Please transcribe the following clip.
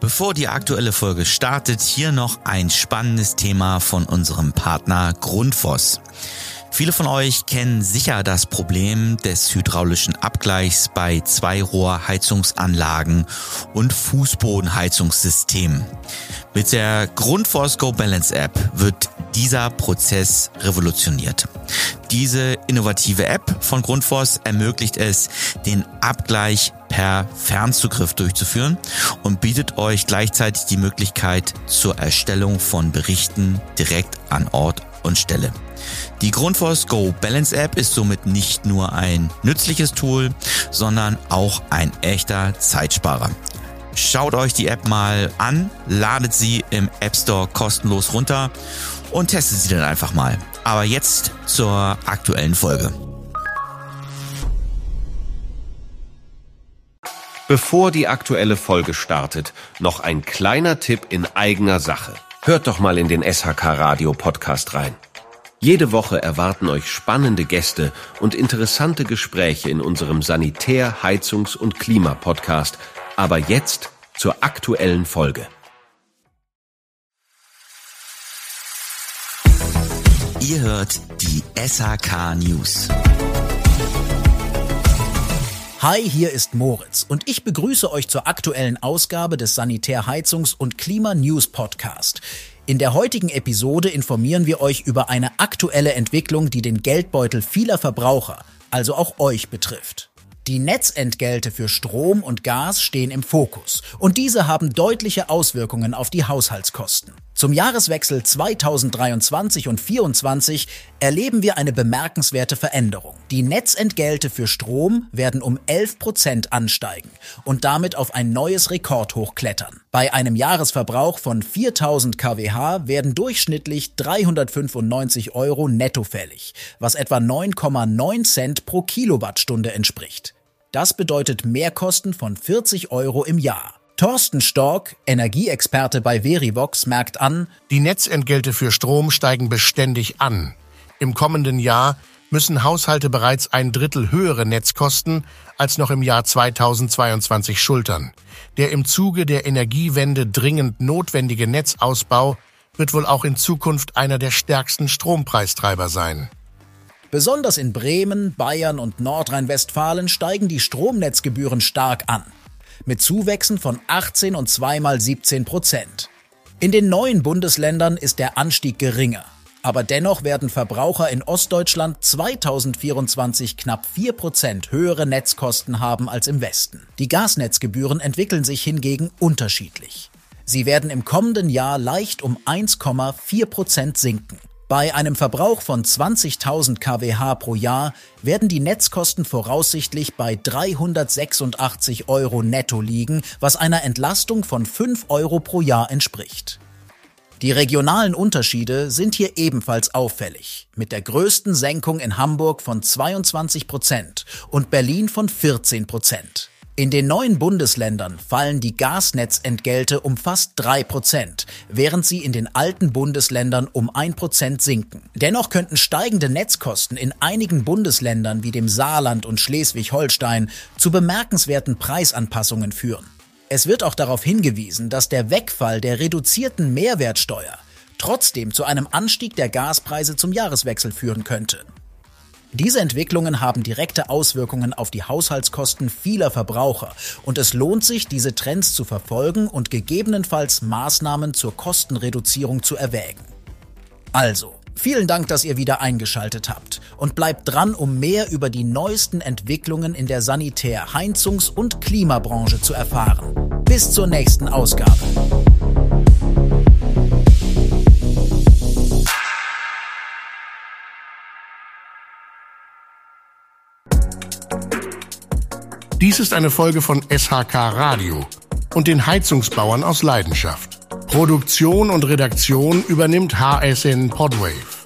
Bevor die aktuelle Folge startet, hier noch ein spannendes Thema von unserem Partner Grundfos. Viele von euch kennen sicher das Problem des hydraulischen Abgleichs bei Zweirohrheizungsanlagen und Fußbodenheizungssystemen. Mit der Grundfos Go Balance App wird dieser Prozess revolutioniert. Diese innovative App von Grundfos ermöglicht es, den Abgleich per Fernzugriff durchzuführen und bietet euch gleichzeitig die Möglichkeit zur Erstellung von Berichten direkt an Ort und Stelle. Die Grundfos Go Balance App ist somit nicht nur ein nützliches Tool, sondern auch ein echter Zeitsparer. Schaut euch die App mal an, ladet sie im App Store kostenlos runter und testet sie dann einfach mal. Aber jetzt zur aktuellen Folge. Bevor die aktuelle Folge startet, noch ein kleiner Tipp in eigener Sache. Hört doch mal in den SHK Radio Podcast rein. Jede Woche erwarten euch spannende Gäste und interessante Gespräche in unserem Sanitär-, Heizungs- und Klima-Podcast. Aber jetzt zur aktuellen Folge. Ihr hört die SHK News. Hi, hier ist Moritz und ich begrüße euch zur aktuellen Ausgabe des Sanitär-, Heizungs- und Klima-News-Podcast. In der heutigen Episode informieren wir euch über eine aktuelle Entwicklung, die den Geldbeutel vieler Verbraucher, also auch euch, betrifft. Die Netzentgelte für Strom und Gas stehen im Fokus und diese haben deutliche Auswirkungen auf die Haushaltskosten. Zum Jahreswechsel 2023 und 2024 erleben wir eine bemerkenswerte Veränderung. Die Netzentgelte für Strom werden um 11% ansteigen und damit auf ein neues Rekordhoch klettern. Bei einem Jahresverbrauch von 4000 kWh werden durchschnittlich 395 € netto fällig, was etwa 9,9 Cent pro Kilowattstunde entspricht. Das bedeutet Mehrkosten von 40 € im Jahr. Thorsten Stork, Energieexperte bei Verivox, merkt an: Die Netzentgelte für Strom steigen beständig an. Im kommenden Jahr müssen Haushalte bereits 1/3 höhere Netzkosten als noch im Jahr 2022 schultern. Der im Zuge der Energiewende dringend notwendige Netzausbau wird wohl auch in Zukunft einer der stärksten Strompreistreiber sein. Besonders in Bremen, Bayern und Nordrhein-Westfalen steigen die Stromnetzgebühren stark an, mit Zuwächsen von 18 und zweimal 17%. In den neuen Bundesländern ist der Anstieg geringer, aber dennoch werden Verbraucher in Ostdeutschland 2024 knapp 4% höhere Netzkosten haben als im Westen. Die Gasnetzgebühren entwickeln sich hingegen unterschiedlich. Sie werden im kommenden Jahr leicht um 1,4% sinken. Bei einem Verbrauch von 20.000 kWh pro Jahr werden die Netzkosten voraussichtlich bei 386 € netto liegen, was einer Entlastung von 5 € pro Jahr entspricht. Die regionalen Unterschiede sind hier ebenfalls auffällig, mit der größten Senkung in Hamburg von 22% und Berlin von 14%. In den neuen Bundesländern fallen die Gasnetzentgelte um fast 3%, während sie in den alten Bundesländern um 1% sinken. Dennoch könnten steigende Netzkosten in einigen Bundesländern wie dem Saarland und Schleswig-Holstein zu bemerkenswerten Preisanpassungen führen. Es wird auch darauf hingewiesen, dass der Wegfall der reduzierten Mehrwertsteuer trotzdem zu einem Anstieg der Gaspreise zum Jahreswechsel führen könnte. Diese Entwicklungen haben direkte Auswirkungen auf die Haushaltskosten vieler Verbraucher und es lohnt sich, diese Trends zu verfolgen und gegebenenfalls Maßnahmen zur Kostenreduzierung zu erwägen. Also, vielen Dank, dass ihr wieder eingeschaltet habt und bleibt dran, um mehr über die neuesten Entwicklungen in der Sanitär-, Heizungs- und Klimabranche zu erfahren. Bis zur nächsten Ausgabe. Dies ist eine Folge von SHK Radio und den Heizungsbauern aus Leidenschaft. Produktion und Redaktion übernimmt HSN Podwave.